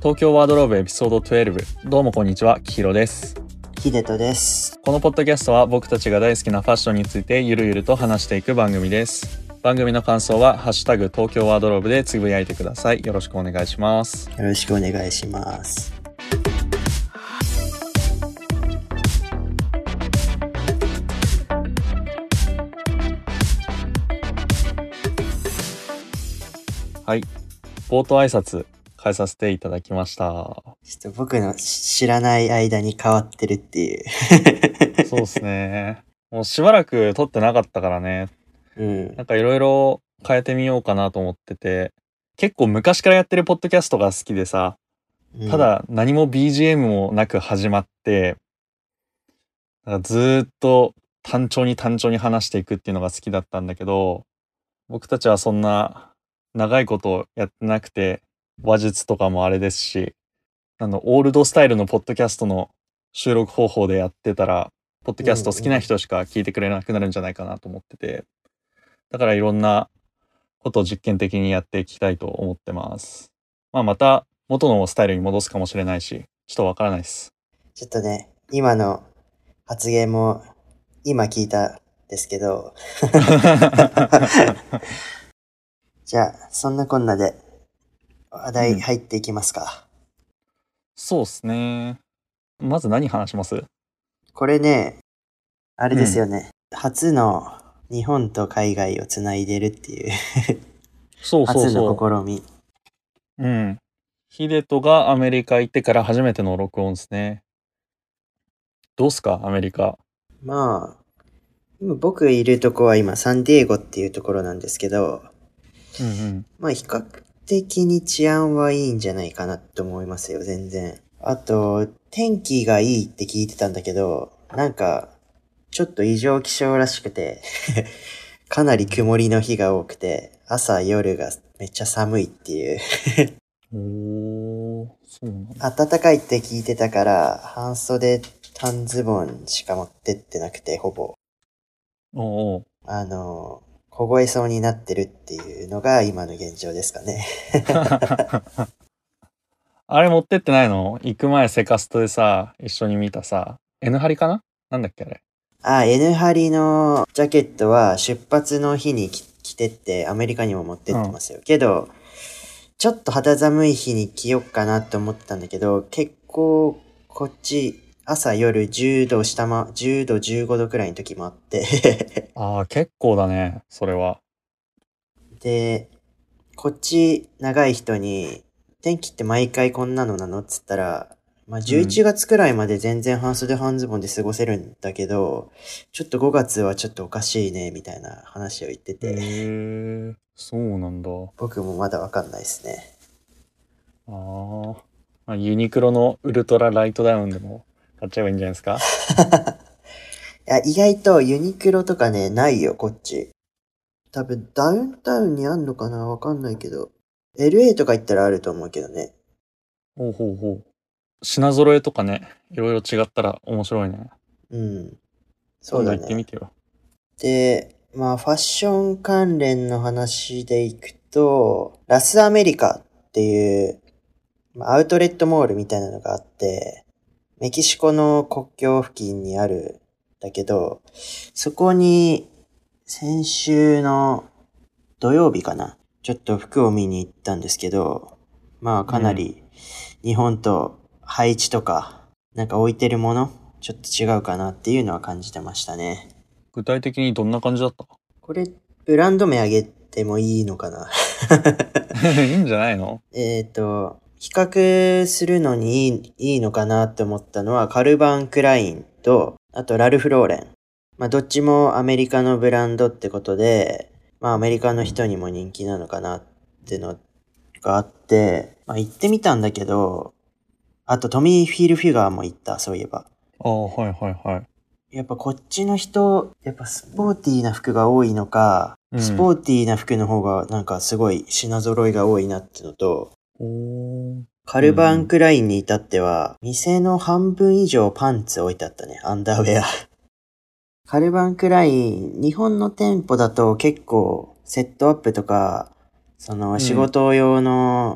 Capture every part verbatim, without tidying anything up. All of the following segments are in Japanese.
東京ワードローブエピソードじゅうに。どうもこんにちは、きひろです。 ひでとです。 このポッドキャストは僕たちが大好きなファッションについてゆるゆると話していく番組です。番組の感想はハッシュタグ東京ワードローブでつぶやいてください。よろしくお願いします。 よろしくお願いします。 はい、冒頭挨拶変えさせていただきました。 ちょっと僕の知らない間に変わってるっていうそうですね。もうしばらく撮ってなかったからね。 うん。 なんかいろいろ変えてみようかなと思ってて、結構昔からやってるポッドキャストが好きでさ、 うん、 ただ何も ビージーエム もなく始まって、なんかずーっと単調に単調に話していくっていうのが好きだったんだけど、僕たちはそんな長いことやってなくて、話術とかもあれですし、あのオールドスタイルのポッドキャストの収録方法でやってたら、ポッドキャスト好きな人しか聞いてくれなくなるんじゃないかなと思ってて、だからいろんなことを実験的にやっていきたいと思ってます。まあまた元のスタイルに戻すかもしれないし、ちょっとわからないです。 ちょっとね、今の発言も今聞いたんですけどじゃあそんなこんなで話題入っていきますか。 うん、そうっすね。まず何話します？ これね、あれですよね、うん、初の日本と海外をつないでるっていうそうそうそう、 初の試み。 うん。ヒデトがアメリカ行ってから初めての録音ですね。どうすか、アメリカ？ まあ、今僕いるとこは今サンディエゴっていうところなんですけど、 うんうん。 まあ比較的に治安はいいんじゃないかなと思いますよ、全然。あと、天気がいいって聞いてたんだけど、なんか、ちょっと異常気象らしくて、かなり曇りの日が多くて、朝夜がめっちゃ寒いっていうおー、そうなんだ。 暖かいって聞いてたから、半袖短ズボンしか持ってってなくて、ほぼ。 おうおう。 あの、凍えそうになってるっていうのが今の現状ですかね。 あれ持ってってないの？行く前セカストでさ、一緒に見たさ、N ハリかな？なんだっけあれ。 あ、N ハリのジャケットは出発の日に着てってアメリカにも持ってってますよ。うん、けど、ちょっと肌寒い日に着よっかなって思ったんだけど、結構こっち朝夜じゅうど下ま、じゅうどじゅうごどくらいの時もあってああ、結構だね、それは。 で、こっち長い人に、天気って毎回こんなのなのっつったら、まあじゅういちがつくらいまで全然半袖半ズボンで過ごせるんだけど、ちょっとごがつはちょっとおかしいね、みたいな話を言ってて。へー、そうなんだ。 僕もまだわかんないですね。 ああ、ユニクロのウルトラライトダウンでも買っちゃえばいいんじゃないですか？ いや、意外とユニクロとかね、ないよ、こっち。多分ダウンタウンにあんのかなわかんないけど。エルエー とか行ったらあると思うけどね。 ほうほうほう。品揃えとかね、いろいろ違ったら面白いね。 うん。そうだね。 今度行ってみてよ。 で、まあファッション関連の話でいくと、ラスアメリカっていう、アウトレットモールみたいなのがあって、メキシコの国境付近にあるんだけど、そこに先週の土曜日かな、ちょっと服を見に行ったんですけど、まあかなり日本と配置とか、なんか置いてるもの、ちょっと違うかなっていうのは感じてましたね。 具体的にどんな感じだった？ これ、ブランド名あげてもいいのかないいんじゃないの？ えっと、比較するのにいい、いいのかなって思ったのは、カルバン・クラインと、あとラルフ・ローレン。まあ、どっちもアメリカのブランドってことで、まあ、アメリカの人にも人気なのかなってのがあって、まあ、行ってみたんだけど、あとトミー・フィルフィガーも行った、そういえば。 ああ、はいはいはい。 やっぱこっちの人、やっぱスポーティーな服が多いのか、うん、スポーティーな服の方がなんかすごい品揃いが多いなってのと、カルバン・クラインに至っては、店の半分以上パンツ置いてあったね、アンダーウェア。カルバン・クライン、日本の店舗だと結構セットアップとか、その仕事用の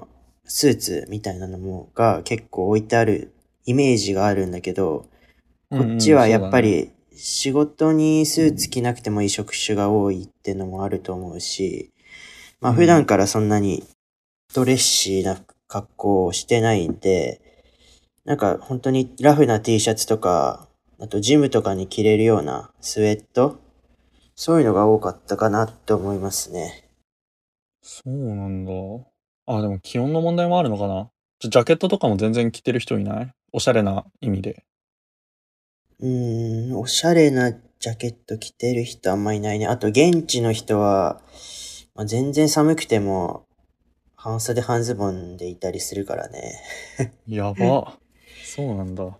スーツみたいなのもが結構置いてあるイメージがあるんだけど、こっちはやっぱり仕事にスーツ着なくてもいい職種が多いってのもあると思うし、まあ普段からそんなにドレッシーな格好をしてないんで、なんか本当にラフな T シャツとか、あとジムとかに着れるようなスウェット、そういうのが多かったかなって思いますね。 そうなんだ。あ、でも気温の問題もあるのかな。じゃジャケットとかも全然着てる人いない？おしゃれな意味で。 うーん、おしゃれなジャケット着てる人あんまいないね。あと現地の人は、まあ、全然寒くても半袖半ズボンでいたりするからね。 やば。そうなんだ。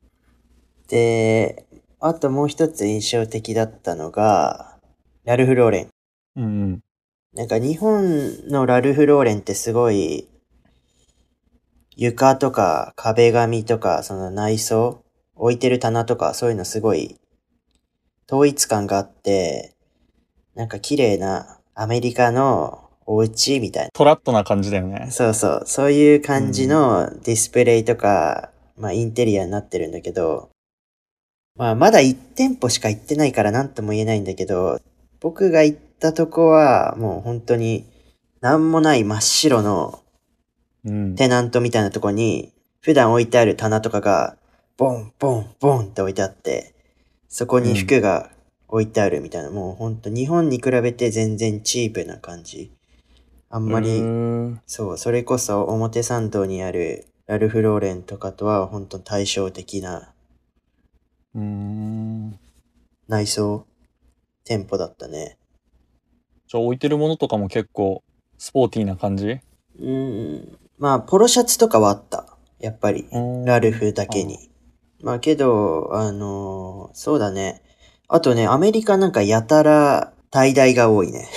で、あともう一つ印象的だったのが、ラルフ・ローレン。 うんうん。 なんか日本のラルフ・ローレンってすごい、床とか壁紙とか、その内装、置いてる棚とか、そういうのすごい統一感があって、なんか綺麗なアメリカのお家みたいトラットな感じだよな。 ね。 そうそう、そういう感じうん。 のディスプレイとか、まあインテリアになってるんだけど、まあまだいち店舗しか行ってないからなんとも言えないんだけど、僕が行ったとこはもう本当になんもない真っ白のうん。 テナントみたいなとこに、普段置いてある棚とかが、ボン、ボン、ボンって置いてあって、そこに服が置いてあるみたいな、もうほんと日本に比べて全然チープな感じ。あんまり、そう、それこそ表参道にあるラルフローレンとかとはほんと対照的なうーん。 内装、店舗だったね。 じゃあ置いてるものとかも結構スポーティーな感じ？ うーん。まあ、ポロシャツとかはあった。やっぱり。ラルフだけに。まあけど、あのーそうだね。あとね、アメリカなんかやたら、滞在が多いね。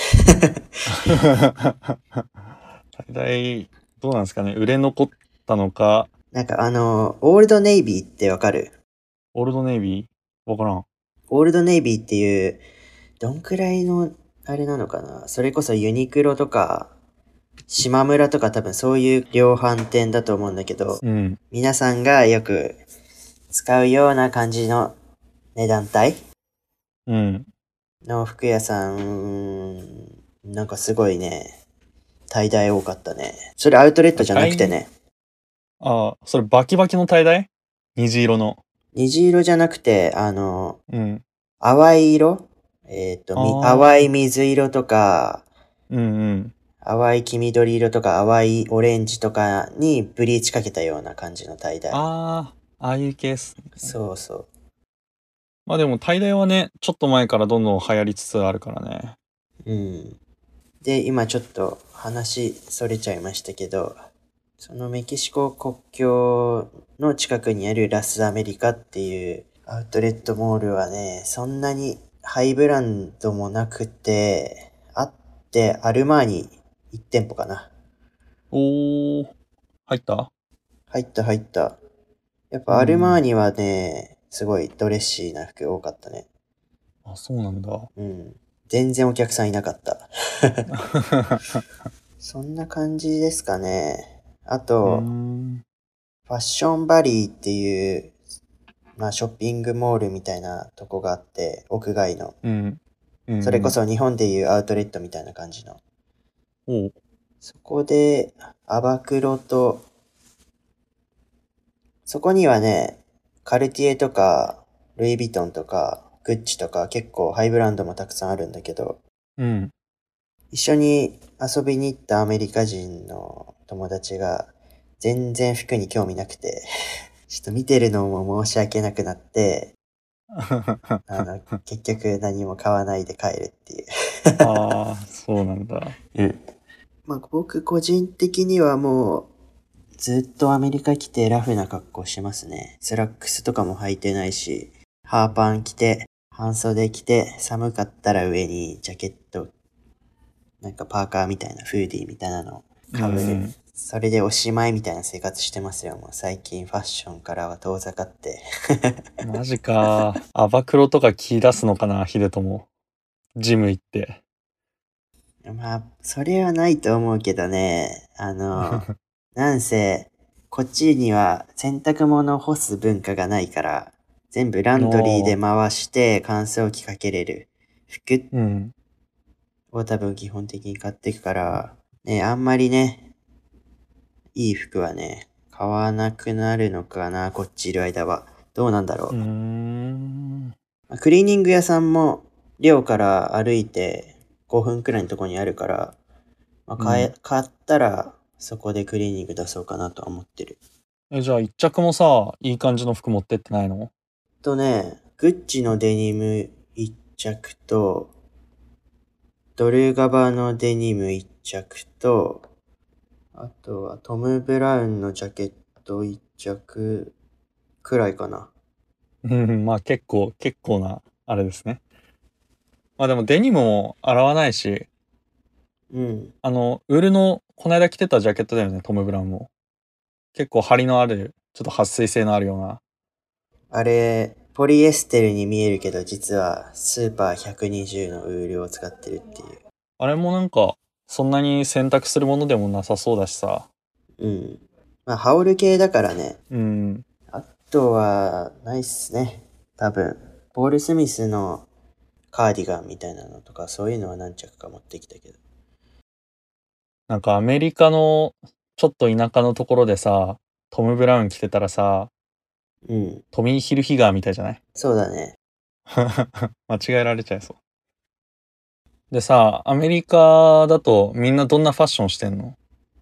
大体、どうなんですかね。売れ残ったのか。 なんかあのーオールドネイビーってわかる？ オールドネイビーわからん。 オールドネイビーっていう、どんくらいの、あれなのかな。それこそユニクロとか、島村とか多分そういう量販店だと思うんだけど、 うん。 皆さんがよく使うような感じの値段帯うん。 の服屋さん、なんかすごいね、滞在多かったね。それアウトレットじゃなくてね。 ああ、それバキバキのtie dye？虹色の。 虹色じゃなくて、あの、 うん。 淡い色えっ、と、み、淡い水色とか、 うんうん。 淡い黄緑色とか、淡いオレンジとかにブリーチかけたような感じのtie dye。 ああ、ああいうケース。 そうそう。 まあでもtie dyeはね、ちょっと前からどんどん流行りつつあるからね。 うん。で、今ちょっと話それちゃいましたけど、そのメキシコ国境の近くにあるラスアメリカっていうアウトレットモールはね、そんなにハイブランドもなくて、あってアルマーニいち店舗かな。 おー、入った？ 入った入った。やっぱアルマーニはね、すごいドレッシーな服多かったね。 あ、そうなんだ。 うん。全然お客さんいなかった。そんな感じですかね。あと、ファッションバリーっていう、まあショッピングモールみたいなとこがあって、屋外の。 うん。うん、 それこそ日本でいうアウトレットみたいな感じの。 おそこで、アバクロと、そこにはね、カルティエとか、ルイ・ヴィトンとか、グッチとか結構ハイブランドもたくさんあるんだけど、 うん。 一緒に遊びに行ったアメリカ人の友達が全然服に興味なくて、ちょっと見てるのも申し訳なくなって、あの、結局何も買わないで帰るっていう。 ああ、そうなんだ。 うん。まあ僕個人的にはもうずっとアメリカ来てラフな格好しますね。スラックスとかも履いてないし、ハーパン着て、半袖着て、寒かったら上にジャケット、なんかパーカーみたいな、フーディーみたいなの被る。うんうん、それでおしまいみたいな生活してますよ。もう最近ファッションからは遠ざかって。 マジか。アバクロとか着出すのかな、ヒデトも。ジム行って。 まあ、それはないと思うけどね。あの、 なんせ、こっちには洗濯物を干す文化がないから、全部ランドリーで回して乾燥機かけれる服うん。 を多分基本的に買っていくから、ね、あんまりね、いい服はね、買わなくなるのかな、こっちいる間は。どうなんだろうーう。 ん。 クリーニング屋さんも寮から歩いてごふんくらいのところにあるから、まあ、買え、 うん。 買ったらそこでクリーニング出そうかなとは思ってる。 え、じゃあ一着もさ、いい感じの服持ってってないの？ とね、グッチのデニム一着と、ドルガバのデニム一着と、あとはトム・ブラウンのジャケット一着くらいかな。 うん、まあ結構、結構な、あれですね。まあでもデニムも洗わないし、 うん。 あの、ウールの、この間着てたジャケットだよね、トム・ブラウンも。結構張りのある、ちょっと撥水性のあるような。 あれ、ポリエステルに見えるけど、実はスーパーひゃくにじゅうのウールを使ってるっていう。 あれもなんか、そんなに洗濯するものでもなさそうだしさ。 うん。まあ、羽織る系だからね。 うん。 あとは、ないっすね。多分。ポール・スミスのカーディガンみたいなのとか、そういうのは何着か持ってきたけど。 なんかアメリカの、ちょっと田舎のところでさ、トム・ブラウン着てたらさ、 うん。 トミー・ヒルフィガーみたいじゃない？ そうだね。 間違えられちゃいそう。でさ、アメリカだとみんなどんなファッションしてんの？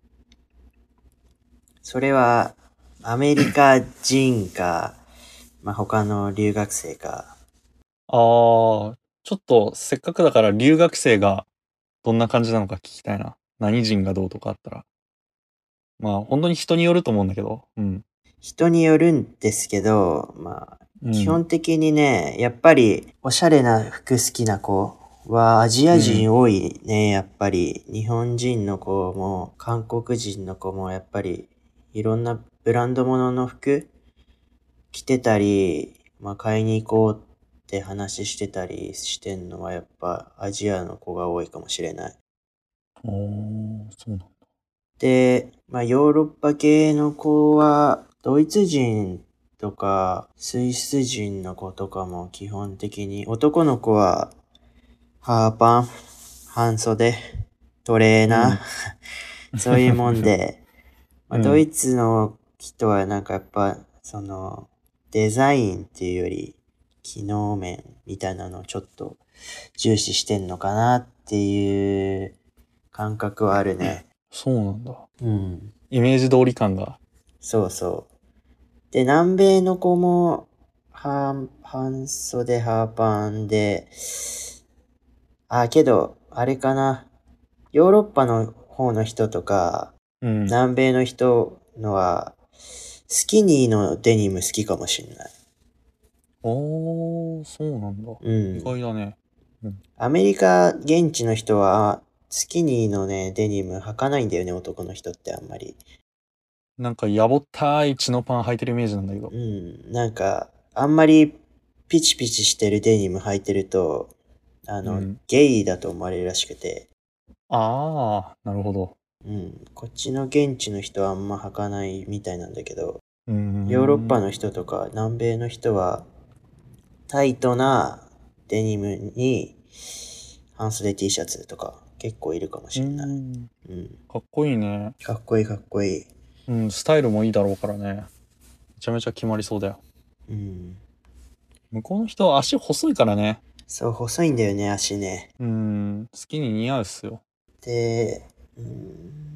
それは、アメリカ人か、まあ、他の留学生か。 あー、ちょっとせっかくだから留学生がどんな感じなのか聞きたいな。何人がどうとかあったら。まあ本当に人によると思うんだけど。うん。 人によるんですけど、まあ、基うん。 本的にね、やっぱり、おしゃれな服好きな子は、アジアうん。 人多いね、やっぱり。日本人の子も、韓国人の子も、やっぱり、いろんなブランド物の服着てたり、まあ、買いに行こうって話してたりしてんのは、やっぱ、アジアの子が多いかもしれない。 おー、そうなんだ。 で、まあ、ヨーロッパ系の子は、ドイツ人とか、スイス人の子とかも基本的に、男の子は、ハーパン、半袖、トレーうん。 ナー、そういうもんで、まあ、ドうん。 イツの人はなんかやっぱ、その、デザインっていうより、機能面みたいなのをちょっと重視してんのかなっていう感覚はあるね。 そうなんだ。 うん。 イメージ通り感が。 そうそう。で、南米の子も、半、半袖、ハーパンで、あ、けど、あれかな。ヨーロッパの方の人とか、 うん。 南米の人のは、スキニーのデニム好きかもしんない。 おー、そうなんだ。 う意ん。 外だね。うん。 アメリカ現地の人は、スキニーのね、デニム履かないんだよね、男の人ってあんまり。 なんかやぼったい血のパン履いてるイメージなんだけど。 うん。なんか、あんまりピチピチしてるデニム履いてると、あの、 うん。 ゲイだと思われるらしくて、 あー、なるほど。 うん。こっちの現地の人はあんま履かないみたいなんだけど、 うーヨーロッパん。 の人とか南米の人は、タイトなデニムに半袖 T シャツとか結構いるかもうーしれない。 ん。 うん。 かっこいいね。 かっこいいかっこいい。 うん、スタイルもいいだろうからね。めちゃめちゃ決まりそうだよ。 うん。 向こうの人は足細いからね。 そう、細いんだよね、足ね。 うーん、好きに似合うっすよ。 で、うん、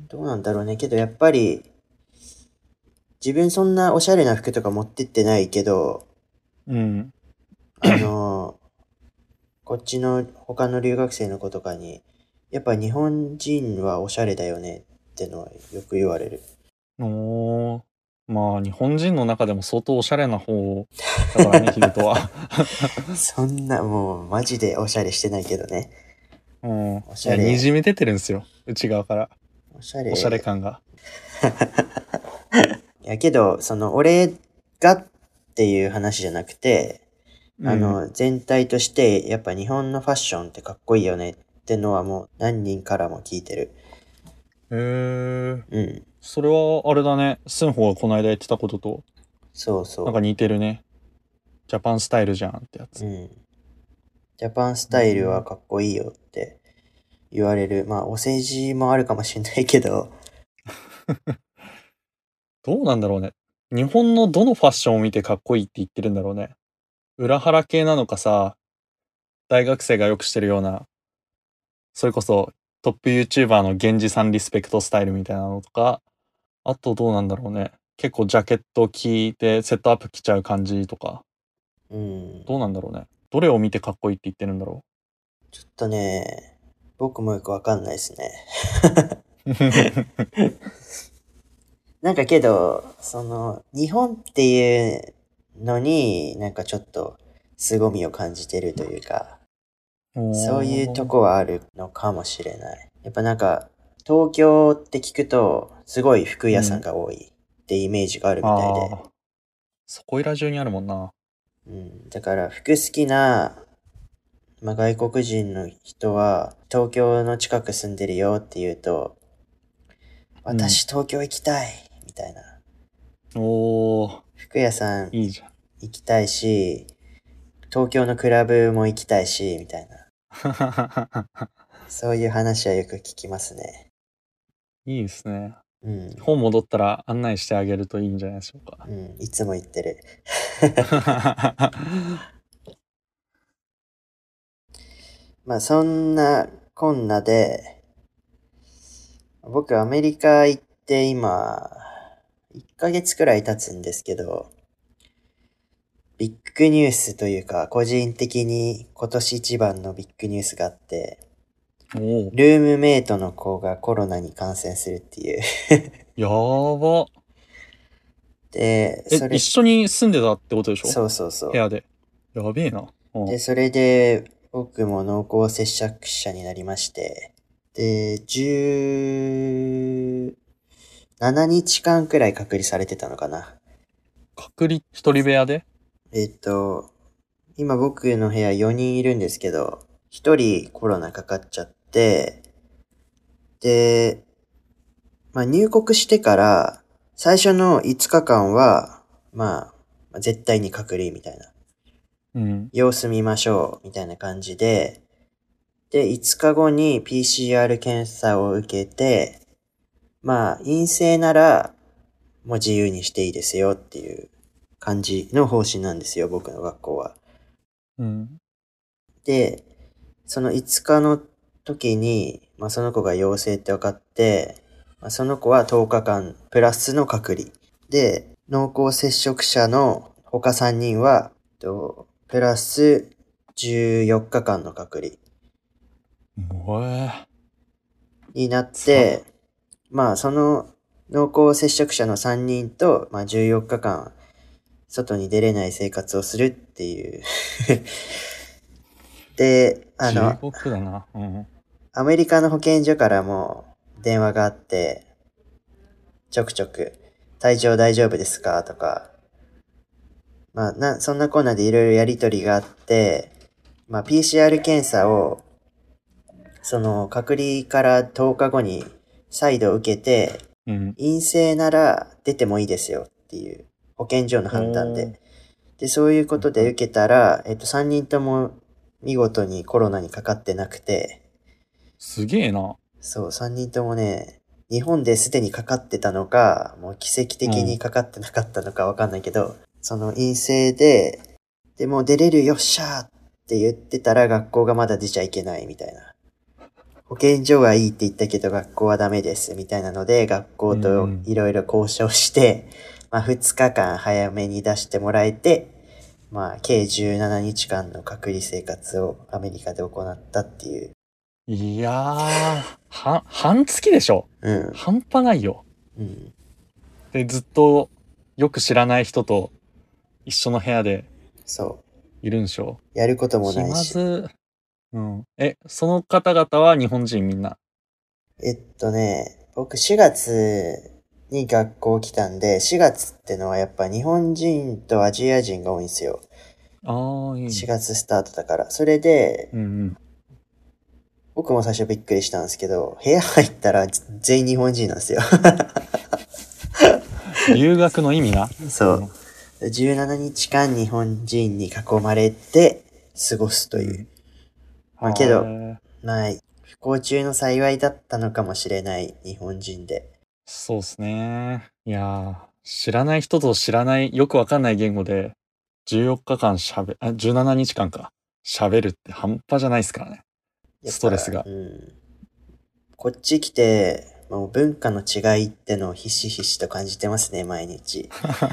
どうなんだろうね。けどやっぱり、自分そんなおしゃれな服とか持ってってないけど、 うん。 あの、こっちの他の留学生の子とかに、やっぱ日本人はおしゃれだよねってのはよく言われる。 おー。まあ、日本人の中でも相当おしゃれな方だからね、ヒデトは。 そんなもうマジでおしゃれしてないけどね。 うん。いおしゃや、にじれ、 み出てるんすよ。内側から。 おしゃおしゃれれ。 感が。 いやけど、その俺がっていう話じゃなくて、 うん。 あの、全体としてやっぱ日本のファッションってかっこいいよねってのはもう何人からも聞いてる。 へー。 うん。 それはあれだね。スンホがこの間言ってたこととそうそう。 なんか似てるね。ジャパンスタイルじゃんってやつ。 うん。ジャパンスタイルはかっこいいよって言われる。まあ、お世辞もあるかもしれないけど。 どうなんだろうね。日本のどのファッションを見てかっこいいって言ってるんだろうね。裏腹系なのかさ、大学生がよくしてるような、それこそトップ YouTuber の源氏さんリスペクトスタイルみたいなのとか、あとどうなんだろうね。結構ジャケット着てセットアップ着ちゃう感じとか。 うん。 どうなんだろうね。どれを見てかっこいいって言ってるんだろちょっとね、僕もよくわかんないですね。なんかけど、その、日本っていうのになんかちょっと凄みを感じてるというか、 う。 そういうとこはあるのかもしれない。やっぱなんか、東京って聞くと、すごい服屋さんが多いってイメージがあるみたいで。 ああ。そこいら中にあるもんな。 うん、だから服好きな、まあ、外国人の人は、東京の近く住んでるよって言うと、私東京行きたいみたいな。 おー、 服屋さんいいじゃん。 行きたいし、東京のクラブも行きたいし、みたいな。そういう話はよく聞きますね。 いいですね。 うん。 本戻ったら案内してあげるといいんじゃないでしょうか。 うん、いつも言ってる。まあそんなこんなで、僕アメリカ行って今、いっかげつくらい経つんですけど、ビッグニュースというか、個人的に今年一番のビッグニュースがあって、 おー、 ルームメイトの子がコロナに感染するっていう。 やーば。 で、 え、 それ、 一緒に住んでたってことでしょ？ そうそうそう。 部屋で。やべえな。うんで、それで僕も濃厚接触者になりまして、で、じゅうななにちかんくらい隔離されてたのかな。 隔離一人部屋で？ えっと、今僕の部屋よにんいるんですけど、ひとりコロナかかっちゃって、で、まあ入国してから最初のいつかかんは、まあ、絶対に隔離みたいな。 うん。 様子見ましょうみたいな感じで、で、いつかごに ピーシーアール 検査を受けて、まあ、陰性なら、もう自由にしていいですよっていう感じの方針なんですよ、僕の学校は。 うん。 で、そのいつかの時に、まあその子が陽性って分かって、まあ、その子はとおかかんプラスの隔離。で、濃厚接触者の他さんにんは、とプラスじゅうよっかかんの隔離。 もえになっつらて、まあその濃厚接触者のさんにんと、まあじゅうよっかかん外に出れない生活をするっていうで、あ地の、 獄だな。うん。 アメリカの保健所からも電話があって、ちょくちょく、体調大丈夫ですかとか、まあな、そんなこんなでいろいろやりとりがあって、まあ ピーシーアール 検査を、その隔離からとおかごに再度受けて、 うん。 陰性なら出てもいいですよっていう保健所の判断おーで。で、そういうことで受けたら、えっと、さんにんとも見事にコロナにかかってなくて、 すげえな。 そう、さんにんともね、日本ですでにかかってたのか、もう奇跡的にかかってなかったのかわかんないけど、その陰性で、でもう出れるよっしゃーって言ってたら学校がまだ出ちゃいけないみたいな。保健所はいいって言ったけど学校はダメですみたいなので、学校といろいろ交渉して、まあふつかかん早めに出してもらえて、まあ計じゅうななにちかんの隔離生活をアメリカで行ったっていう。 いやー、は、半月でしょ？ うん。 半端ないよ。 うん。 で、ずっとよく知らない人と一緒の部屋でそいるんでしょ？ う。やることも気ないし。 まず。うん。え、その方々は日本人みんな？ えっとね、僕しがつに学校来たんで、しがつってのはやっぱ日本人とアジア人が多いんですよ。 ああ、いいしね。 がつスタートだから。それで、 うんうん。 僕も最初びっくりしたんですけど、部屋入ったら全員日本人なんですよ。 留学の意味な。 そう。じゅうしちにちかん日本人に囲まれて過ごすという。 うん、 まあけど、 はいまあ、不幸中の幸いだったのかもしれない日本人で。 そうですね。いやー、知らない人と知らない、よくわかんない言語でじゅうよっかかん喋、あ、じゅうしちにちかんか。喋るって半端じゃないですからね。 やっぱ、 ストレスが。 うん。こっち来て、もう文化の違いってのをひしひしと感じてますね、毎日。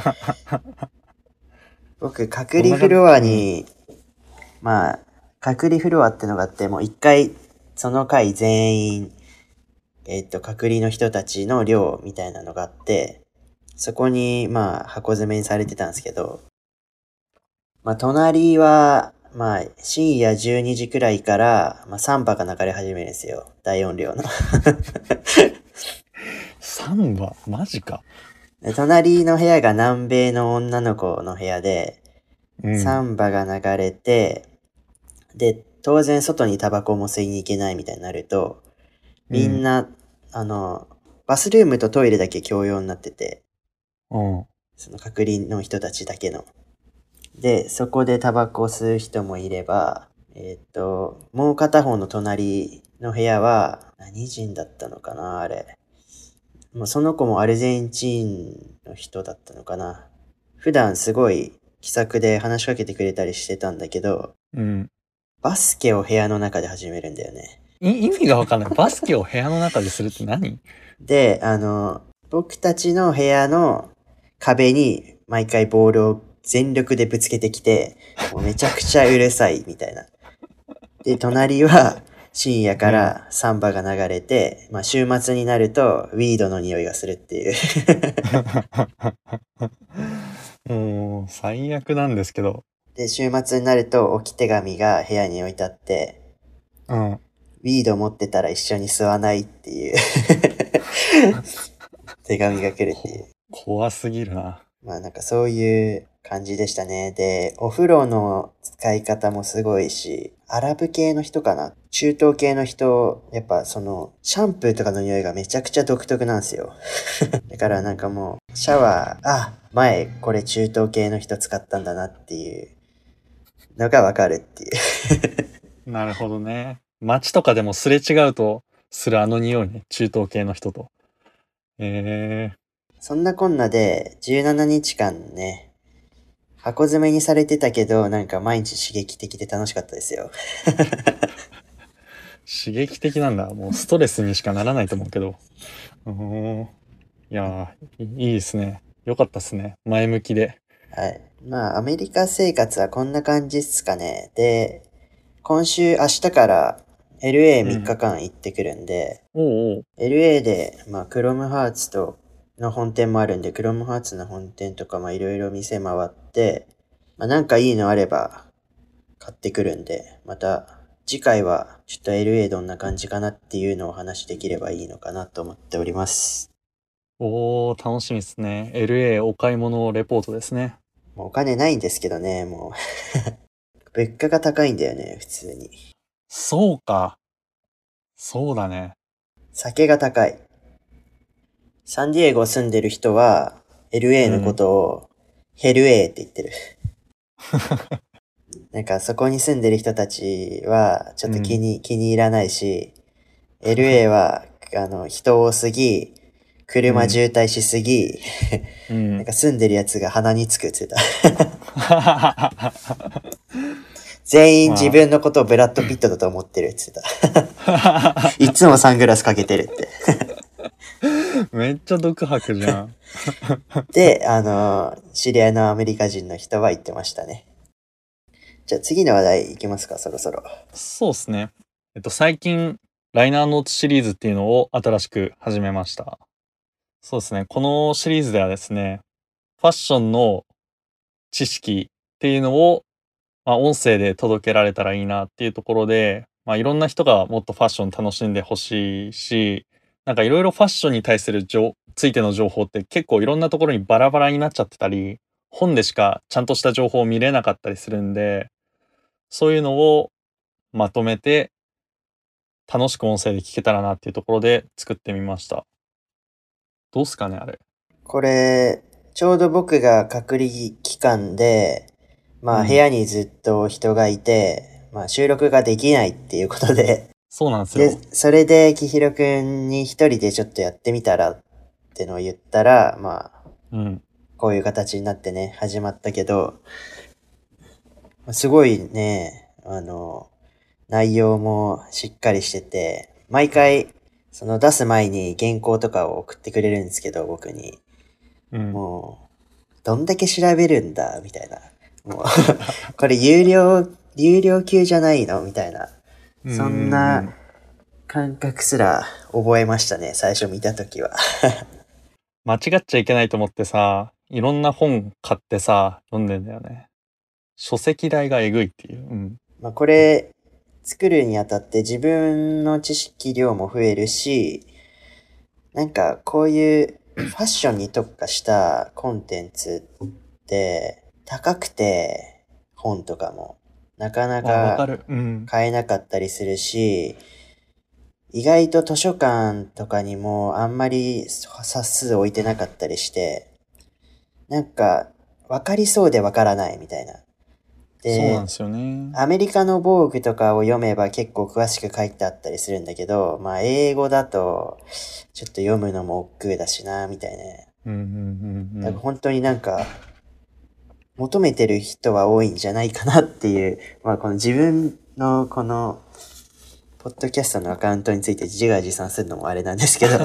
僕、隔離フロアに、うん、まあ、隔離フロアってのがあって、もう一回、その回全員、えっと、隔離の人たちの寮みたいなのがあって、そこに、まあ、箱詰めにされてたんですけど、まあ、隣は、まあ、深夜じゅうにじくらいから、まあ、サンバが流れ始めるんですよ。大音量の。 サンバマジか。 隣の部屋が南米の女の子の部屋で、 うん、 サンバが流れて、で、当然外にタバコも吸いに行けないみたいになると、みんな、うん、あの、バスルームとトイレだけ共用になってて、 うん、 その隔離の人たちだけの。で、そこでタバコを吸う人もいれば、えっと、もう片方の隣の部屋は、何人だったのかな、あれ。もうその子もアルゼンチンの人だったのかな。普段すごい気さくで話しかけてくれたりしてたんだけど、 うん。 バスケを部屋の中で始めるんだよね。 意味がわかんない。バスケを部屋の中でするって何？ で、あの、僕たちの部屋の壁に毎回ボールを全力でぶつけてきて、もうめちゃくちゃうるさいみたいな。で、隣は深夜からサンバが流れて、うん、まあ週末になるとウィードの匂いがするっていう。 もう最悪なんですけど。 で、週末になると置き手紙が部屋に置いてあって、 うん、 ウィード持ってたら一緒に吸わないっていう手紙が来るっていう。 怖すぎるな。 まあなんかそういう感じでしたね。で、お風呂の使い方もすごいし、アラブ系の人かな？中東系の人、やっぱその、シャンプーとかの匂いがめちゃくちゃ独特なんですよ。だからなんかもう、シャワー、あ、前これ中東系の人使ったんだなっていうのがわかるっていう。 なるほどね。街とかでもすれ違うとするあの匂いね。中東系の人と。えー。 そんなこんなでじゅうしちにちかんね、箱詰めにされてたけど、なんか毎日刺激的で楽しかったですよ。 刺激的なんだ。もうストレスにしかならないと思うけど。うーん。いやー、いいですね。よかったっすね。前向きで。 はい。まあ、アメリカ生活はこんな感じっすかね。で、今週、明日から エルエーみっかかん行ってくるんで、 うん、おうおうエルエー で、まあ、クロムハーツと、の本店もあるんで、クロムハーツの本店とか、まあ、いろいろ店回って、まあ、なんかいいのあれば、買ってくるんで、また、次回は、ちょっと エルエー どんな感じかなっていうのをお話しできればいいのかなと思っております。 おー、楽しみですね。エルエー お買い物レポートですね。 もうお金ないんですけどね、もう。物価が高いんだよね、普通に。 そうか。そうだね。 酒が高い。サンディエゴ住んでる人は、エルエー のことを、ヘルエーって言ってる。なんかそこに住んでる人たちは、ちょっと気に、うん、気に入らないし、エルエー は、あの、人多すぎ、車渋滞しすぎ、うん、なんか住んでるやつが鼻につくって言ってた。全員自分のことをブラッド・ピットだと思ってるって言ってた。いつもサングラスかけてるって。 めっちゃ独白じゃん。 で、あの、知り合いのアメリカ人の人は言ってましたね。じゃあ次の話題いきますか、そろそろ。 そうですね。えっと、最近、ライナーノーツシリーズっていうのを新しく始めました。そうですね。このシリーズではですね、ファッションの知識っていうのを、まあ、音声で届けられたらいいなっていうところで、まあ、いろんな人がもっとファッション楽しんでほしいし、なんかいろいろファッションに対する情ついての情報って結構いろんなところにバラバラになっちゃってたり、本でしかちゃんとした情報を見れなかったりするんで、そういうのをまとめて楽しく音声で聞けたらなっていうところで作ってみました。どうすかね、あれ。 これ、ちょうど僕が隔離期間で、まあうん部屋にずっと人がいて、まあ収録ができないっていうことで、 そうなんですでよ。、 それできひろくんに一人でちょっとやってみたらってのを言ったら、まあ、 うん。 こういう形になってね、始まったけど、すごいね、あの、内容もしっかりしてて、毎回、その出す前に原稿とかを送ってくれるんですけど、僕に。 うん。 もう、どんだけ調べるんだ、みたいな。もう、これ有料、有料級じゃないのみたいな。そんな感覚すら覚えましたね、最初見たときは。 間違っちゃいけないと思ってさ、いろんな本買ってさ、読んでんだよね。書籍代がえぐいっていう。うん。 まあこれ、作るにあたって自分の知識量も増えるし、なんかこういうファッションに特化したコンテンツって高くて本とかもなかなあ、わかかる。うん。 買えなかったりするし、意外と図書館とかにもあんまり冊数置いてなかったりして、なんかわかりそうでわからないみたいな。で、 そうなんですよね。 アメリカの防具とかを読めば結構詳しく書いてあったりするんだけど、まあ英語だとちょっと読むのも億劫だしな、みたいね。 うんうんうんうん。 だから本当になんか求めてる人は多いんじゃないかなっていう、まあこの自分のこのポッドキャストのアカウントについて自画自賛するのもあれなんですけど。 い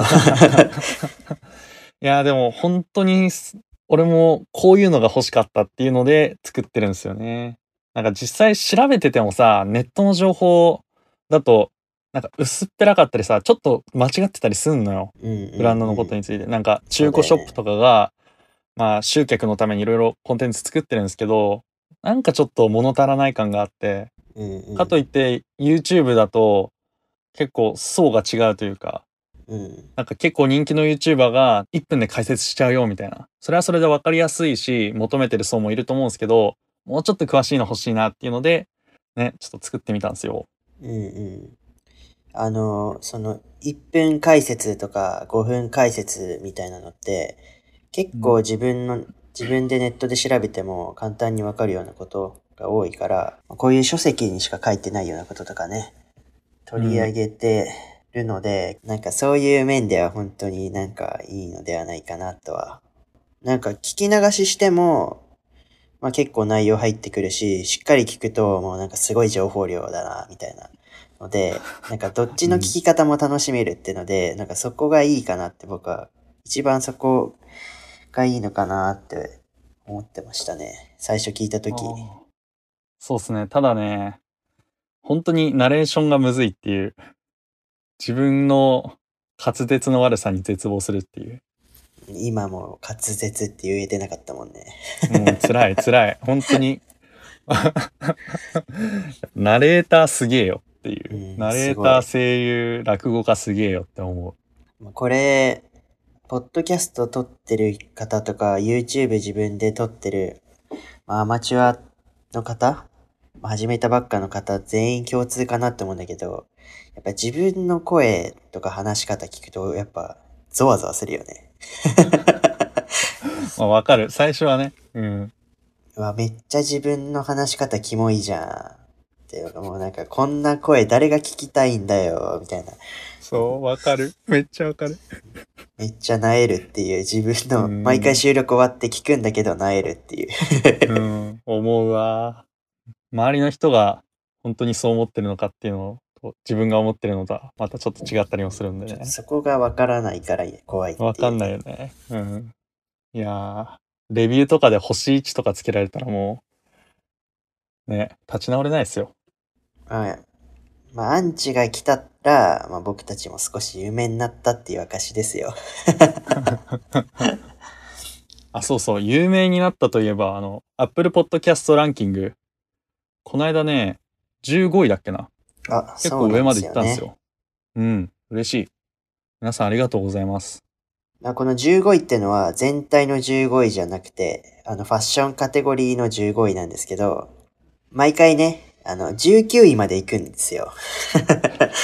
や、でも本当にす、俺もこういうのが欲しかったっていうので作ってるんですよね。なんか実際調べててもさ、ネットの情報だと、なんか薄っぺらかったりさ、ちょっと間違ってたりすんのよ。 うんうんうんブランドのことについて。なんかそうだよね中古ショップとかが、まあ集客のためにいろいろコンテンツ作ってるんですけど、なんかちょっと物足らない感があって、 うんうんかといって YouTube だと結構層が違うというか、 うんなんか結構人気の YouTuber がいっぷんで解説しちゃうよみたいな。それはそれで分かりやすいし、求めてる層もいると思うんですけど、もうちょっと詳しいの欲しいなっていうので、ね、ちょっと作ってみたんですよ。 うんうんあの、そのいっぷん解説とかごふん解説みたいなのって結構自分の、自分でネットで調べても簡単にわかるようなことが多いから、こういう書籍にしか書いてないようなこととかね、取り上げてるので、なんかそういう面では本当になんかいいのではないかなとは。なんか聞き流ししても、まあ結構内容入ってくるし、しっかり聞くともうなんかすごい情報量だな、みたいなので、なんかどっちの聞き方も楽しめるっていうので、なんかそこがいいかなって僕は、一番そこがいいのかなって思ってましたね。最初聞いたとき。 あーそうですね。ただね、本当にナレーションがむずいっていう、自分の滑舌の悪さに絶望するっていう。 今も滑舌って言えてなかったもんね。 もう辛い辛い。本当に。ナレーターすげえよっていう。 うんナレーすごいター、声優、落語家すげえよって思う。 まあこれ、ポッドキャスト撮ってる方とか、YouTube 自分で撮ってる、まあ、アマチュアの方、まあ始めたばっかの方、全員共通かなって思うんだけど、やっぱ自分の声とか話し方聞くと、やっぱ、ゾワゾワするよね。 まあわかる。最初はね。うん。 うわ、めっちゃ自分の話し方キモいじゃん。っていうかもうなんか、こんな声誰が聞きたいんだよ、みたいな。 そう、わかる。めっちゃわかる。 めっちゃ萎えるっていう、自分の、 うん毎回収録終わって聞くんだけど萎えるっていう。 うん、思うわ。周りの人が本当にそう思ってるのかっていうのと、自分が思ってるのとはまたちょっと違ったりもするんでね。 そこがわからないから怖いっていう。 わかんないよね。うん。いやー、レビューとかで星いちとかつけられたらもう、ね、立ち直れないですよ。 まあ、まあ、アンチが来たら、まあ僕たちも少し有名になったっていう証ですよ。 あ、そうそう、有名になったといえば、あの、Apple Podcast ランキング、この間ね、じゅうごいだっけな。 あ、 結そうなん構上までですよね。 行ったんですよ。うん、嬉しい。皆さんありがとうございます。 まあ、このじゅうごいってのは全体のじゅうごいじゃなくて、あのファッションカテゴリーのじゅうごいなんですけど、毎回ね、あのじゅうきゅういまで行くんですよ。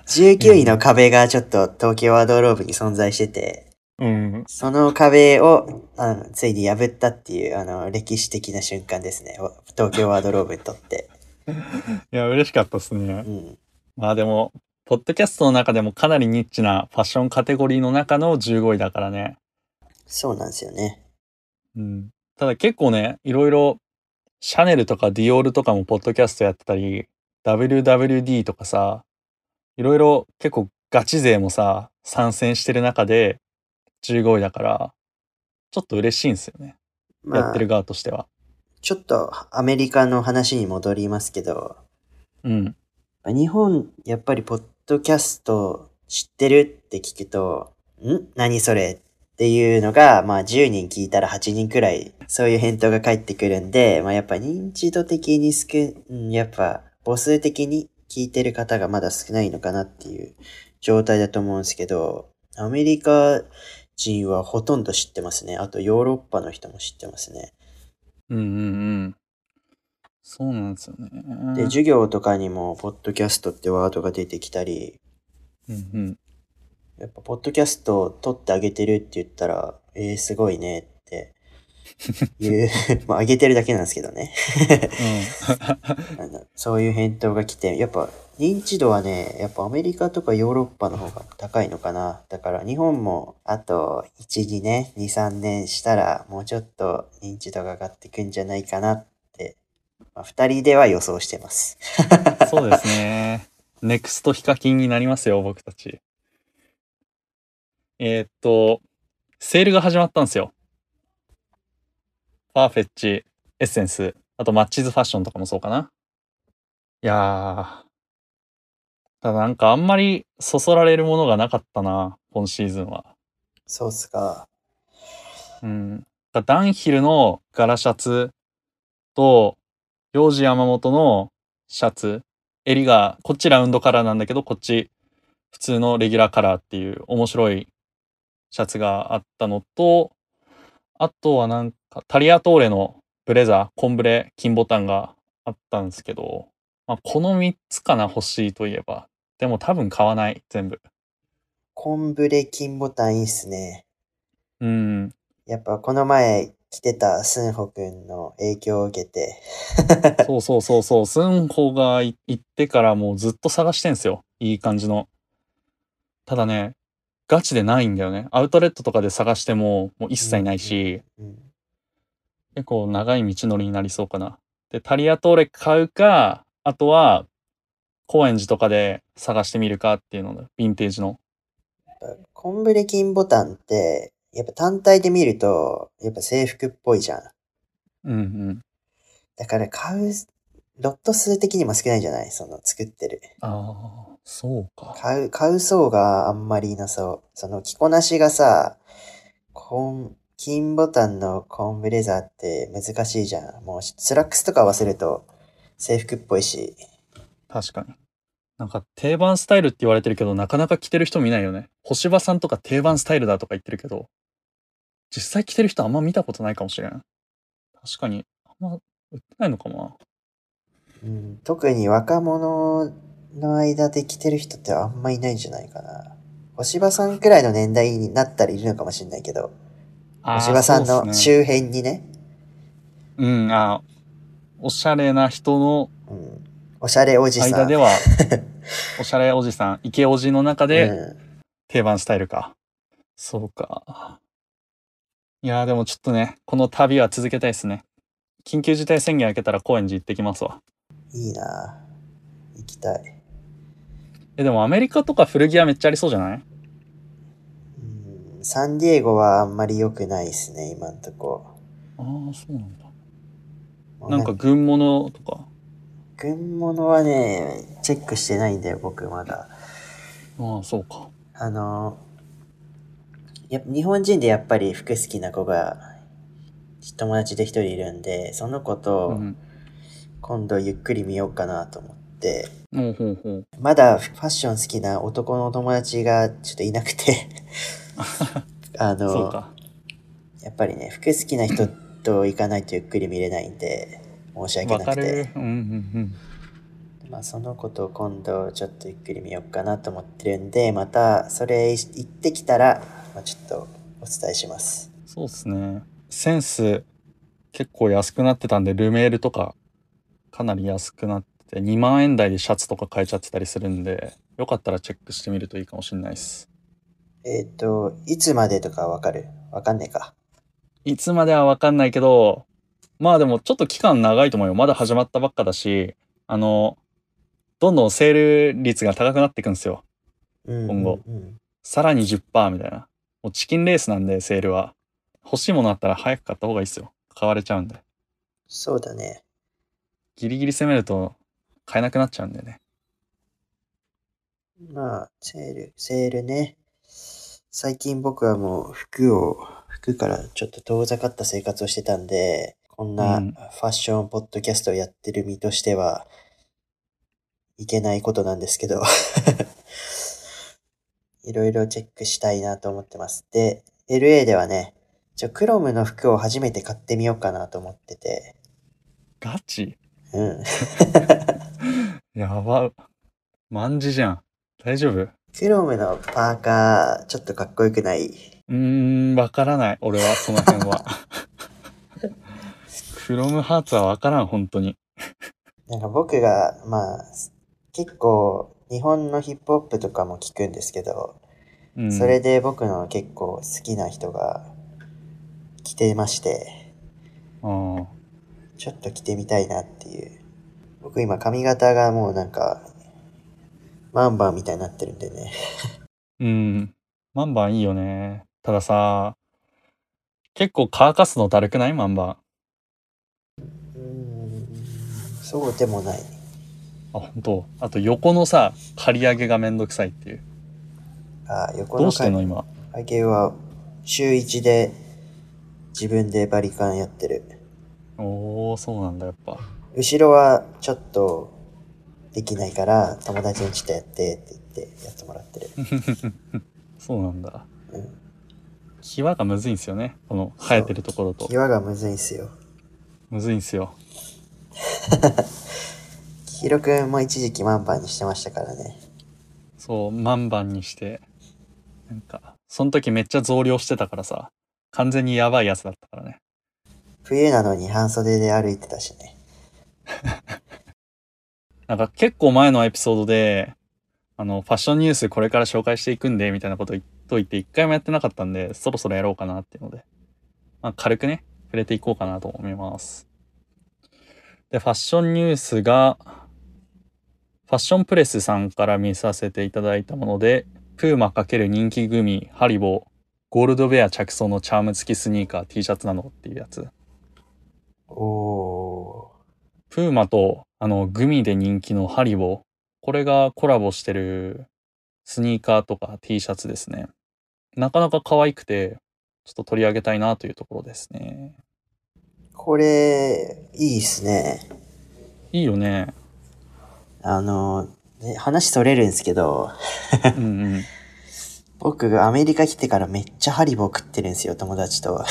じゅうきゅういの壁がちょっと東京ワードローブに存在してて、 うん。 その壁をあのついに破ったっていうあの歴史的な瞬間ですね。東京ワードローブにとって。 いや、嬉しかったっすね。 うん。 まあでも、ポッドキャストの中でもかなりニッチなファッションカテゴリーの中のじゅうごいだからね。 そうなんですよね。 うん。ただ結構ね、いろいろ、シャネルとかディオールとかもポッドキャストやってたり、ダブリューダブリューディー とかさ、いろいろ結構ガチ勢もさ、参戦してる中でじゅうごいだから、ちょっと嬉しいんですよね。やってるまあ、 側としては。 ちょっとアメリカの話に戻りますけど、 うん。 日本、やっぱりポッドキャスト知ってるって聞くと、ん何それっていうのが、まあじゅうにん聞いたらはちにんくらい、そういう返答が返ってくるんで、まあやっぱ認知度的に少、うんやっぱ母数的に聞いてる方がまだ少ないのかなっていう状態だと思うんですけど、アメリカ人はほとんど知ってますね。あとヨーロッパの人も知ってますね。 うんうんうん。そうなんですよね。 で、授業とかにも、ポッドキャストってワードが出てきたり、 うんうん。 やっぱ、ポッドキャストを撮ってあげてるって言ったら、えー、すごいねっていう、まあ、あげてるだけなんですけどね。 うん。 あのそういう返答が来て、やっぱ、認知度はね、やっぱアメリカとかヨーロッパの方が高いのかな。だから日本もあといち、にねん、に、さんねんしたらもうちょっと認知度が上がってくんじゃないかなって、まあ、ふたりでは予想してます。 そうですね。ネクストヒカキンになりますよ、僕たち。えーっと、セールが始まったんですよ。パーフェッチ、エッセンス、あとマッチズファッションとかもそうかな。いやー、ただなんかあんまりそそられるものがなかったな、今シーズンは。 そうっすか。 うん。ダンヒルの柄シャツと、ヨージ山本のシャツ、襟が、こっちラウンドカラーなんだけど、こっち普通のレギュラーカラーっていう面白いシャツがあったのと、あとはなんか、タリアトーレのブレザー、コンブレ、金ボタンがあったんですけど、まあ、このみっつかな、欲しいといえば。でも多分買わない、全部。 コンブレ金ボタンいいっすね。 うん。 やっぱこの前着てたスンホくんの影響を受けて。 そうそうそうそう。スンホが行ってからもうずっと探してんすよ。いい感じの。ただね、ガチでないんだよね。アウトレットとかで探しても、もう一切ないし、 うんうんうん、 結構長い道のりになりそうかな。で、タリアトーレ買うか、あとは、高円寺とかで探してみるかっていうので、ヴィンテージの。 コンブレ金ボタンって、やっぱ単体で見ると、やっぱ制服っぽいじゃん。 うんうん。 だから買う、ロット数的にも少ないんじゃないその作ってる。 ああ、そうか。 買う、買う層があんまりいなそう。その着こなしがさ、コン、金ボタンのコンブレザーって難しいじゃん。もうスラックスとか合わせると制服っぽいし。 確かに。なんか定番スタイルって言われてるけど、なかなか着てる人見ないよね。星葉さんとか定番スタイルだとか言ってるけど、実際着てる人あんま見たことないかもしれん。確かに、あんま売ってないのかもな。 うん、特に若者の間で着てる人ってあんまいないんじゃないかな。星葉さんくらいの年代になったらいるのかもしれないけど、 ああ、 星葉さんそうっすね。 の周辺にね、 うん、あーおしゃれな人のうん、おしゃれおじさん。 間では、おしゃれおじさん、イケおじの中うでん、 定番スタイルか。そうか。いやーでもちょっとね、この旅は続けたいですね。緊急事態宣言明けたら高円寺行ってきますわ。 いいなぁ。行きたい。 え、でもアメリカとか古着屋めっちゃありそうじゃない？ うん、サンディエゴはあんまり良くないですね、今んとこ。 ああ、そうなんだ。 もうなんか、 なんか軍物とか。 軍物はね、チェックしてないんだよ、僕まだ。 ああ、そうか。 あの、や日本人でやっぱり服好きな子が友達で一人いるんで、その子とうん。 今度ゆっくり見ようかなと思って、 ほうほうほう。 まだファッション好きな男の友達がちょっといなくてあの、 そうか。 やっぱりね、服好きな人と行かないとゆっくり見れないんで、申し訳わなくて。 かる。うんうんうん。 まあそのことを今度ちょっとゆっくり見ようかなと思ってるんで、またそれ行ってきたら、まあ、ちょっとお伝えします。 そうっすね。センス結構安くなってたんで、ルメールとかかなり安くなってて、にまんえん台でシャツとか買えちゃってたりするんで、よかったらチェックしてみるといいかもしれないです。 えっ、と、いつまでとかわかる？わかんねえか。 いつまではわかんないけど、まあでもちょっと期間長いと思うよ。まだ始まったばっかだし、あの、どんどんセール率が高くなっていくんですよ。 うん今後。 うんうん。 さらに じゅっパーセント みたいな。もうチキンレースなんで、セールは。欲しいものあったら早く買った方がいいですよ。買われちゃうんで。 そうだね。 ギリギリ攻めると買えなくなっちゃうんだよね。 まあ、セール、セールね。最近僕はもう服を、服からちょっと遠ざかった生活をしてたんで、こんなうん。 ファッションポッドキャストをやってる身としては、いけないことなんですけど、いろいろチェックしたいなと思ってます。で、エルエー ではね、ちょ、クロムの服を初めて買ってみようかなと思ってて、 ガチうん。 やば。マンジじゃん。大丈夫？うクロムのパーカー、ちょっとかっこよくない？ ーん、わからない。俺は、その辺は。クロムハーツはわからん、本当に。 なんか僕が、まあ、結構日本のヒップホップとかも聞くんですけど、 うん。 それで僕の結構好きな人が着てまして、 ああ。 ちょっと着てみたいなっていう。僕今髪型がもうなんか、マンバンみたいになってるんでね。 うん。マンバンいいよね。たださ、結構乾かすのだるくない？マンバン。 うーん、そうでもない。 あ、本当。あと横のさ、刈り上げがめんどくさいっていう。 あ、横どうのしてんの今？ 会計は週一で自分でバリカンやってる。 おー、そうなんだ、やっぱ。 後ろはちょっとできないから友達にちょっとやってって言ってやってもらってる。 そうなんだ。 うん。 際がむずいんすよね。この生そう。 えてるところと。 際がむずいんすよ。 むずいんすよ。 ひろくんも一時期マンバンにしてましたからね。 そう、マンバンにして。なんか、その時めっちゃ増量してたからさ、完全にやばいやつだったからね。 冬なのに半袖で歩いてたしね。 なんか結構前のエピソードで、あの、ファッションニュースこれから紹介していくんで、みたいなこと言っといて、一回もやってなかったんで、そろそろやろうかなっていうので、まあ軽くね、触れていこうかなと思います。で、ファッションニュースが、ファッションプレスさんから見させていただいたもので、プーマ×人気グミ、ハリボー、ゴールドベア着想のチャーム付きスニーカー T シャツなのっていうやつ。 おー。 プーマとあのグミで人気のハリボー、これがコラボしてるスニーカーとか T シャツですね。なかなか可愛くて、ちょっと取り上げたいなというところですね。 これ、いいっすね。 いいよね。 あの、ね、話それるんですけど、 うんうん。 僕がアメリカ来てからめっちゃハリボー食ってるんですよ、友達と。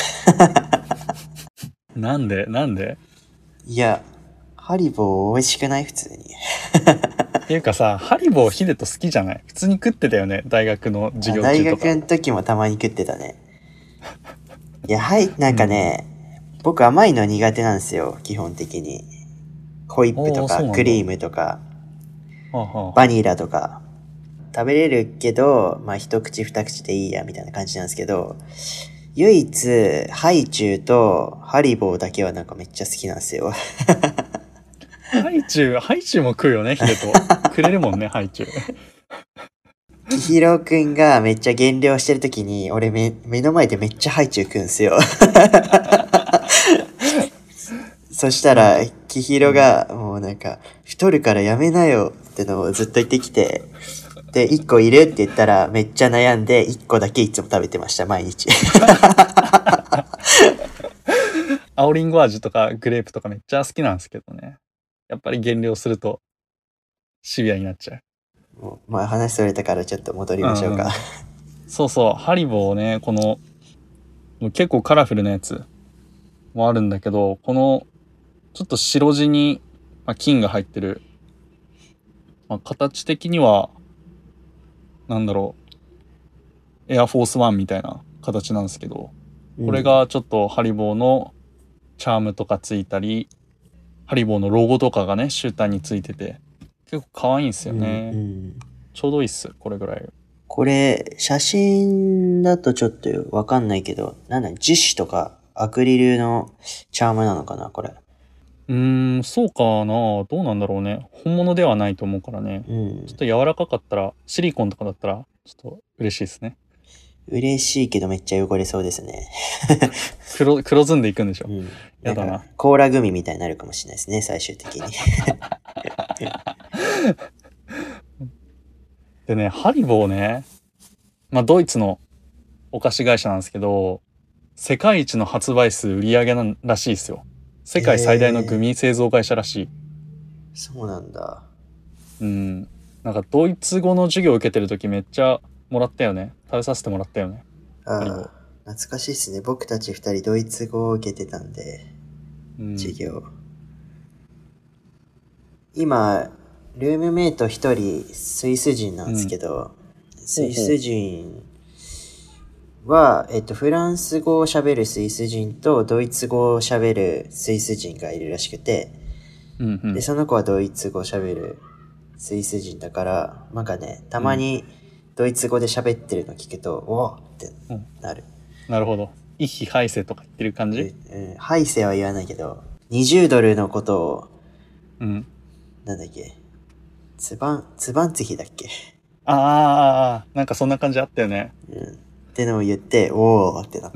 なんでなんでいや、ハリボー美味しくない？普通に。 っていうかさ、ハリボーヒデト好きじゃない？普通に食ってたよね。大学の授あ、 業中とか。 大学の時もたまに食ってたね。いや、はい、なんかね、うん、僕甘いの苦手なんですよ、基本的に。ホイップとか、クリームとか、 はあはあ、 バニラとか。食べれるけど、まあ一口二口でいいや、みたいな感じなんですけど、唯一、ハイチュウとハリボーだけはなんかめっちゃ好きなんですよ。 ハイチュウ、ハイチュウも食うよね、ヒデト。くれるもんね、ハイチュウ。 きひろくんがめっちゃ減量してるときに、俺目、目の前でめっちゃハイチュウ食うんすよ。そしたら、きひろが、もうなんか、太るからやめなよってのをずっと言ってきて、で、一個いるって言ったら、めっちゃ悩んで、一個だけいつも食べてました、毎日。 青リンゴ味とかグレープとかめっちゃ好きなんですけどね。やっぱり減量すると、シビアになっちゃう。もうまあ話それたからちょっと戻りましょうか。 うん、そうそう、ハリボーね、この、結構カラフルなやつもあるんだけど、この、ちょっと白地に、まあ、金が入ってるまあ、形的には、なんだろう、エアフォースワンみたいな形なんですけど、これがちょっとハリボーのチャームとかついたり、ハリボーのロゴとかがね、シューターについてて、結構可愛いんですよね。 うんうん、 ちょうどいいっす、これぐらい。 これ、写真だとちょっとわかんないけど、なんだ、樹脂とかアクリルのチャームなのかな、これ。 うーん、そうかな。どうなんだろうね。本物ではないと思うからね。 うん。 ちょっと柔らかかったら、シリコンとかだったら、ちょっと嬉しいですね。 嬉しいけどめっちゃ汚れそうですね。 黒、黒ずんでいくんでしょ。 うん。 やだな。 んかコーラグミみたいになるかもしれないですね、最終的に。 でね、ハリボーね、まあドイツのお菓子会社なんですけど、世界一の発売数売り上げなんらしいですよ。世界最大のグミ製造会社らしい。 そうなんだ。 うん。なんかドイツ語の授業を受けてる時めっちゃもらったよね。食べさせてもらったよね。 あハリボー。 あ、懐かしいですね。僕たち二人ドイツ語を受けてたんで、 うん。 授業。今、ルームメイト一人スイス人なんですけど、スイス人は、えっと、フランス語を喋るスイス人とドイツ語を喋るスイス人がいるらしくて、 うんうん、 で、その子はドイツ語を喋るスイス人だから、なんかね、たまにドイツ語で喋ってるの聞くと、うん、おーってなる、 うん。なるほど。イヒハイセとか言ってる感じ？ うん、ハイセは言わないけど、にじゅうドルのことを、 うん。 なんだっけ、ツバン、ツバンツヒだっけ？ ああ、なんかそんな感じあったよね。 うん。ってのを言って、おーってなった。うん、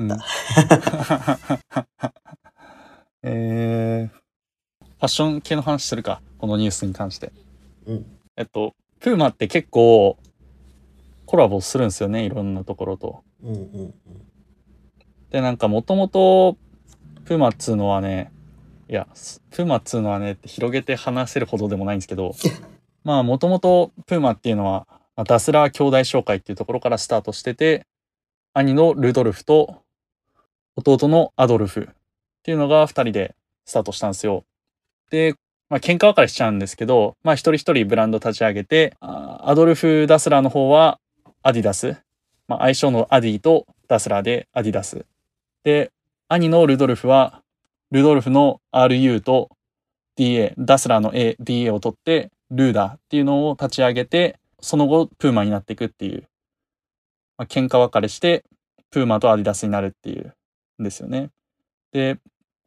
えー、ファッション系の話するか、このニュースに関して。 うん。 えっと、プーマって結構コラボするんですよね、いろんなところと。 うんうんうん。 で、なんかもともと、プーマっつうのはね、いや、プーマっつうのはねって広げて話せるほどでもないんですけど、まあもともとプーマっていうのは、まあ、ダスラー兄弟紹介っていうところからスタートしてて、兄のルドルフと弟のアドルフっていうのが二人でスタートしたんですよ。で、まあ喧嘩別れしちゃうんですけど、まあ一人一人ブランド立ち上げて、アドルフ・ダスラーの方はアディダス、まあ相性のアディとダスラーでアディダス。で、兄のルドルフは、ルドルフの アールユー と ディーエー、ダスラーの A、ディーエー を取って、ルーダーっていうのを立ち上げて、その後、プーマになっていくっていう、まあ、喧嘩別れして、プーマとアディダスになるっていうんですよね。で、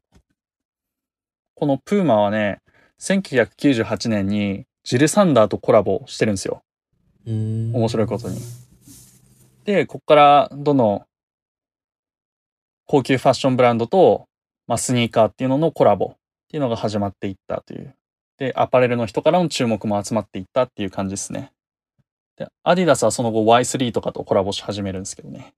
このプーマはね、せんきゅうひゃくきゅうじゅうはちねんにジル・サンダーとコラボしてるんですよ。面白いことに。で、こっからどの高級ファッションブランドと、まあ、スニーカーっていうののコラボっていうのが始まっていったという。で、アパレルの人からの注目も集まっていったっていう感じですね。で、アディダスはその後 ワイスリー とかとコラボし始めるんですけどね。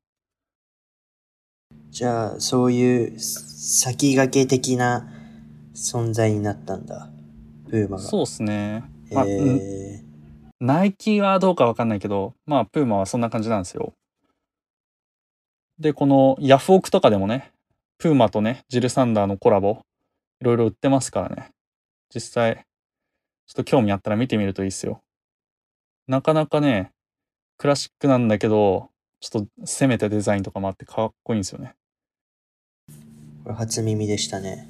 じゃあ、そういう先駆け的な存在になったんだ、プーマが。 そうですね。まあ、 えー、 ナイキはどうかわかんないけど、まあ、プーマはそんな感じなんですよ。で、このヤフオクとかでもね、プーマとね、ジル・サンダーのコラボ、いろいろ売ってますからね。実際、ちょっと興味あったら見てみるといいですよ。なかなかね、クラシックなんだけど、ちょっと攻めたデザインとかもあってかっこいいんですよね。 これ初耳でしたね。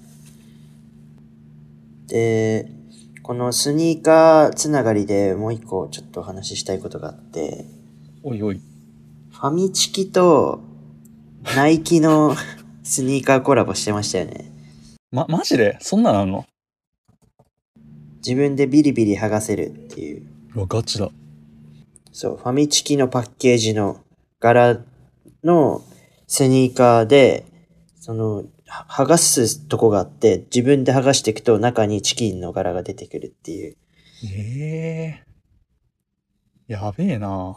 で、このスニーカーつながりでもう一個ちょっとお話ししたいことがあって、 おいおい。 ファミチキとナイキのスニーカーコラボしてましたよね。 ま、マジでそんなのあんの？ 自分でビリビリ剥がせるっていう。 うわ、ガチだ。 そう、ファミチキのパッケージの柄のスニーカーで、その、剥がすとこがあって、自分で剥がしていくと中にチキンの柄が出てくるっていう。 ええー、やべえな。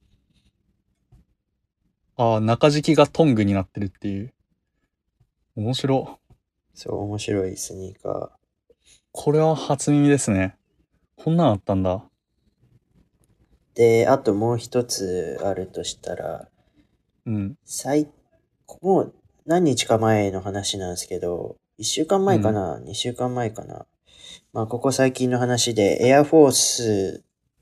ああ、中敷きがトングになってるっていう。面白。 そう、面白いスニーカー。 これは初耳ですね。こんなんあったんだ。 で、あともう一つあるとしたら、 うん。 最、もう何日か前の話なんですけど、一週間前かな、二、うん、週間前かな。まあ、ここ最近の話で、エアフォース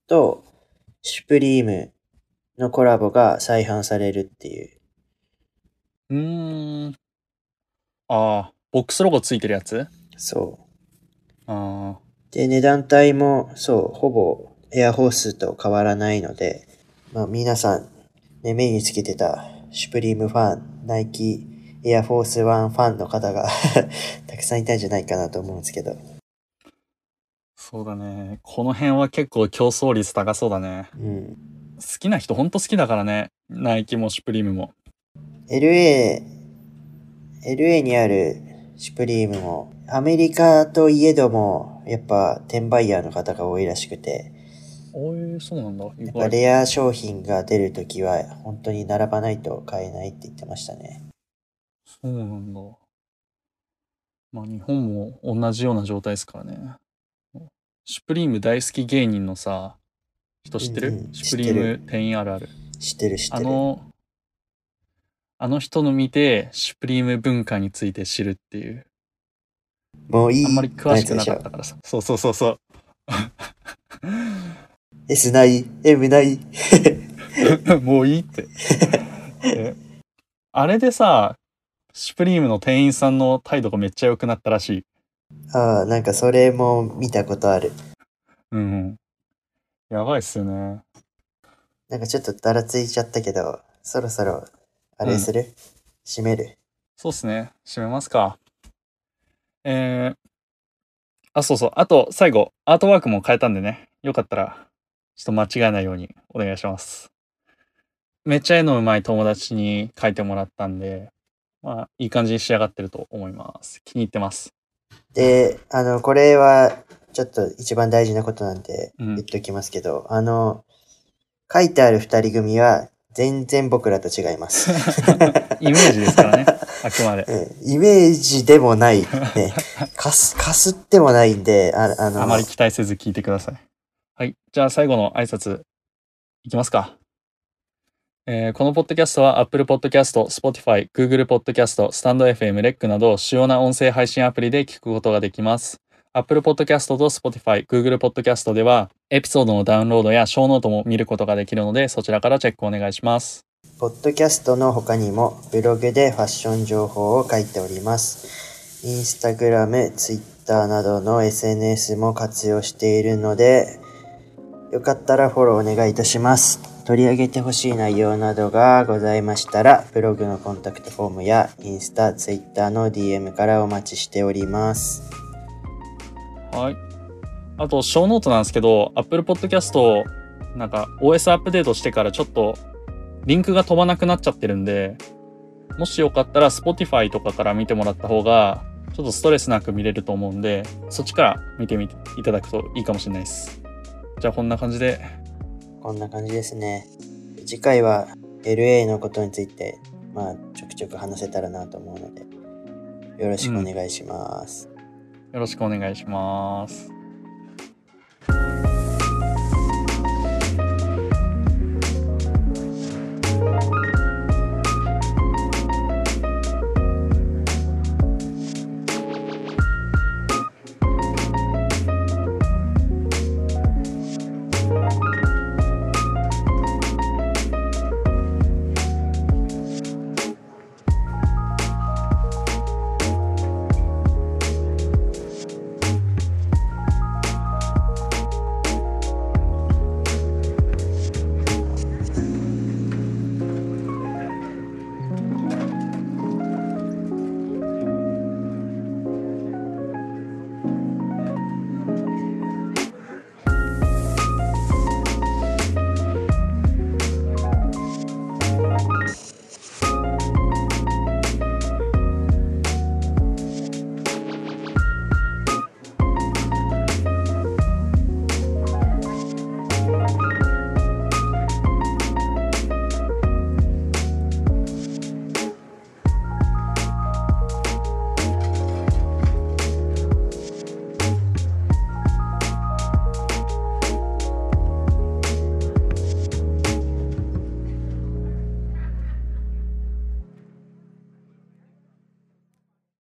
とシュプリームのコラボが再販されるっていう。 うーん。ああ、ボックスロゴついてるやつ？ そう。 ああ。 で、値段帯も、そう、ほぼエアホースと変わらないので、まあ皆さん、ね、目につけてたシュプリームファン、ナイキエアフォースワンファンの方がたくさんいたんじゃないかなと思うんですけど。 そうだね。この辺は結構競争率高そうだね。 うん。 好きな人ほんと好きだからね。ナイキもシュプリームも。 エルエー、エルエー にあるシュプリームも、アメリカといえども、やっぱ転売ヤーの方が多いらしくて、 おえ、そうなんだ。意やっぱ外。 レア商品が出るときは本当に並ばないと買えないって言ってましたね。 そうなんだ。まあ日本も同じような状態ですからね。シュプリーム大好き芸人のさ、人知ってる？ うんうん、 シュプリーム店員あるある。 知ってる知ってる。 あの、あの人の見て、シュプリーム文化について知るっていう。 もういい。 あんまり詳しくなかったからさ。そうそうそうそう。 S ない ?M ないもういいって。えあれでさ、シュプリームの店員さんの態度がめっちゃ良くなったらしい。 ああ、なんかそれも見たことある。 うん。やばいっすよね。 なんかちょっとだらついちゃったけど、そろそろ、あれする、うん、閉める。 そうっすね。閉めますか。えー、あ、そうそう。あと、最後、アートワークも変えたんでね。よかったら、ちょっと間違えないようにお願いします。めっちゃ絵の上手い友達に描いてもらったんで、まあ、いい感じに仕上がってると思います。気に入ってます。 で、あの、これは、ちょっと一番大事なことなんで、言っときますけど、うん、あの、書いてある二人組は、全然僕らと違います。 イメージですからね。あくまで。 うん、イメージでもない。ね。かす、かすってもないんで、あ、あの。 あまり期待せず聞いてください。はい。じゃあ最後の挨拶、いきますか。えー、このポッドキャストは Apple Podcast、Spotify、Google Podcast、StandFM、レック など主要な音声配信アプリで聞くことができます。Apple Podcast と Spotify、Google Podcast ではエピソードのダウンロードやショーノートも見ることができるのでそちらからチェックお願いします。 ポッドキャストの他にもブログでファッション情報を書いております。インスタグラム、ツイッターなどの エスエヌエス も活用しているので、よかったらフォローお願いいたします。取り上げてほしい内容などがございましたら、ブログのコンタクトフォームやインスタ、ツイッターの ディーエム からお待ちしております。 はい。あと、ショーノートなんですけど、Apple Podcast なんか オーエス アップデートしてからちょっとリンクが飛ばなくなっちゃってるんで、もしよかったら Spotify とかから見てもらった方が、ちょっとストレスなく見れると思うんで、そっちから見てみていただくといいかもしれないです。じゃあこんな感じで。 こんな感じですね。次回は エルエー のことについて、まあ、ちょくちょく話せたらなと思うので、よろしくお願いします。 うん、よろしくお願いします。